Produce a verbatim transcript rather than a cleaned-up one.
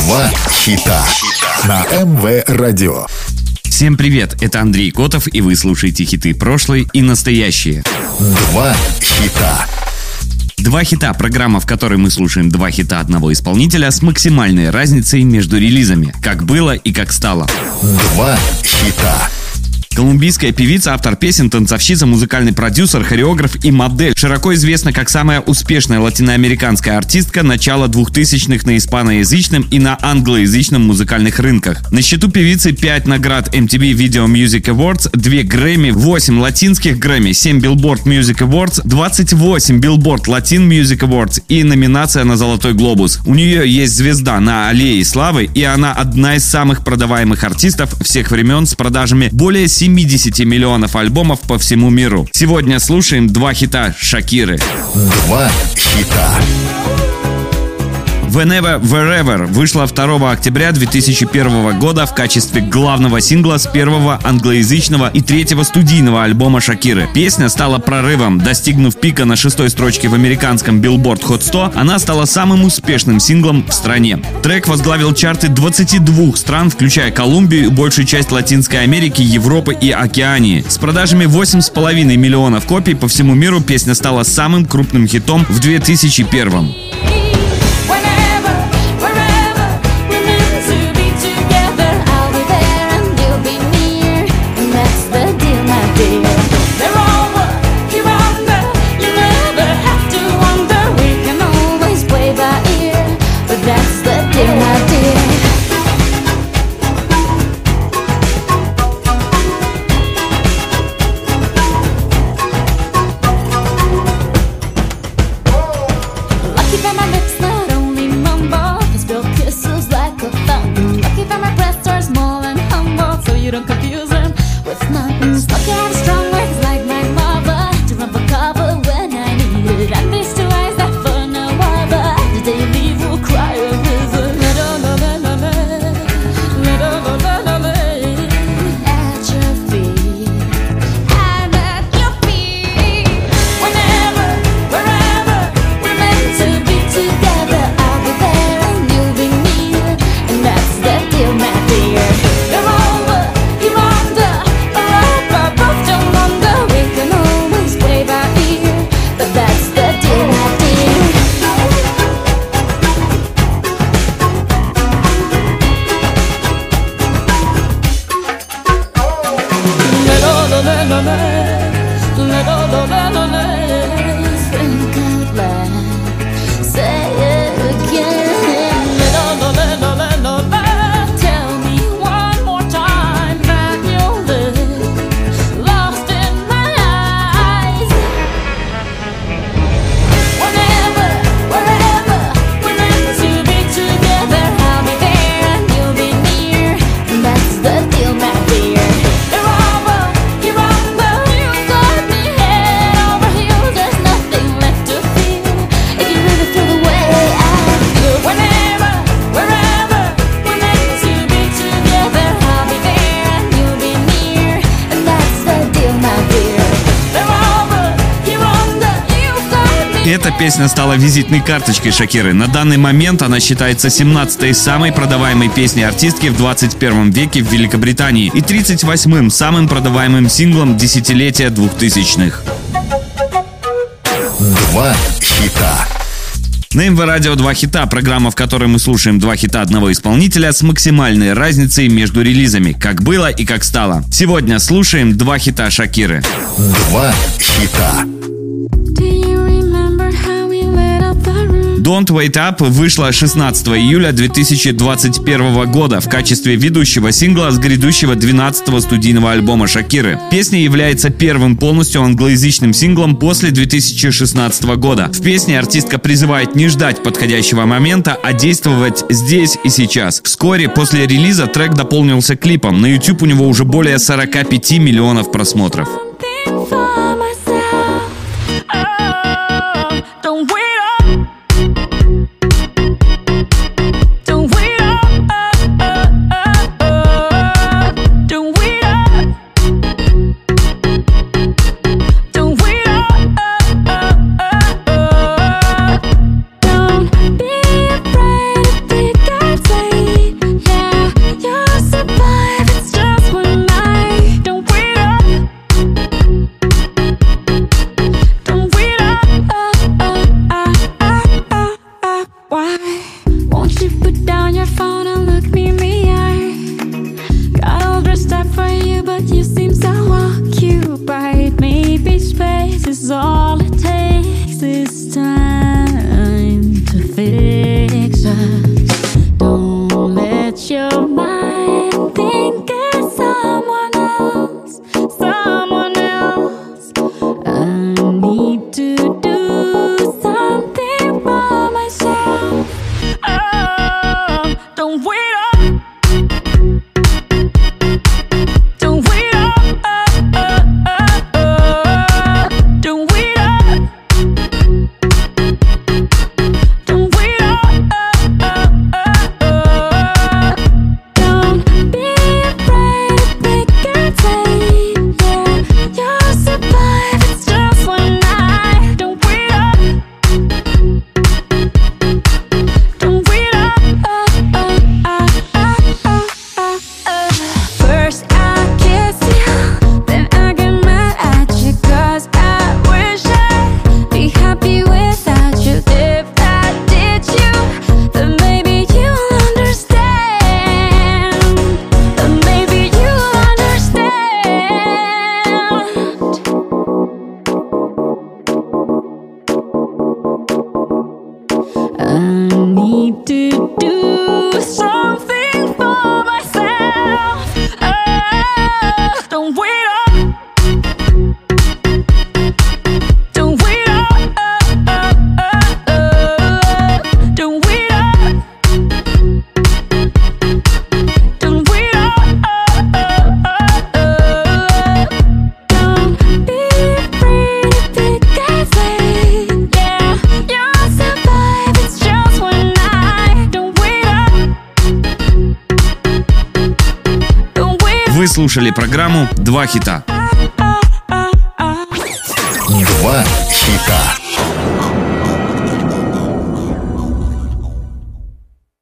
Два хита на эм вэ Радио. Всем привет, это Андрей Котов, и вы слушаете хиты прошлые и настоящие. Два хита. Два хита – программа, в которой мы слушаем два хита одного исполнителя с максимальной разницей между релизами. Как было и как стало. Два хита. Колумбийская певица, автор песен, танцовщица, музыкальный продюсер, хореограф и модель. Широко известна как самая успешная латиноамериканская артистка начала двухтысячных на испаноязычном и на англоязычном музыкальных рынках. На счету певицы пять наград эм ти ви Video Music Awards, два Грэмми, восемь латинских Грэмми, семь Billboard Music Awards, двадцать восемь Billboard Latin Music Awards и номинация на Золотой глобус. У нее есть звезда на аллее славы, и она одна из самых продаваемых артистов всех времен с продажами более семьдесят миллионов альбомов по всему миру. Сегодня слушаем два хита Шакиры. Два хита. Whenever, Wherever вышла второго октября две тысячи первого года в качестве главного сингла с первого англоязычного и третьего студийного альбома Шакиры. Песня стала прорывом. Достигнув пика на шестой строчке в американском Billboard Hot сто, она стала самым успешным синглом в стране. Трек возглавил чарты двадцати двух стран, включая Колумбию, большую часть Латинской Америки, Европы и Океании. С продажами восемь с половиной миллионов копий по всему миру песня стала самым крупным хитом в две тысячи первом. Эта песня стала визитной карточкой Шакиры. На данный момент она считается семнадцатой самой продаваемой песней артистки в двадцать первом веке в Великобритании и тридцать восьмым самым продаваемым синглом десятилетия двухтысячных. Два хита. На эм вэ Радио два хита, программа, в которой мы слушаем два хита одного исполнителя с максимальной разницей между релизами, как было и как стало. Сегодня слушаем два хита Шакиры. Два хита. Don't Wait Up вышла шестнадцатого июля две тысячи двадцать первого года в качестве ведущего сингла с грядущего двенадцатого студийного альбома Шакиры. Песня является первым полностью англоязычным синглом после две тысячи шестнадцатого года. В песне артистка призывает не ждать подходящего момента, а действовать здесь и сейчас. Вскоре после релиза трек дополнился клипом. На YouTube у него уже более сорока пяти миллионов просмотров. Say Don't let your mind think of someone else, someone else. I need to do something for myself. Oh, don't wait up. Don't wait up. Oh, oh, oh, oh. Don't wait up. Don't wait up. Oh, oh, oh, oh. Don't be afraid to pick and take. Yeah, you'll survive. It's just one night. Don't wait up. Don't wait up. Oh, oh, oh, oh, oh, oh, oh. First I kiss you, then I get mad at you, 'cause I wish I'd be happy without you. If I did you, then maybe you'll understand. Then maybe you'll understand. I need to do something for myself. Oh, don't wait up. Don't wait up. Oh, oh, oh, oh. Don't wait up. Don't wait up. Oh, oh, oh, oh. Don't be afraid to pick a fight. Yeah, you'll survive. It's just one night. Don't wait up. Don't wait up. Вы слушали программу «Два хита».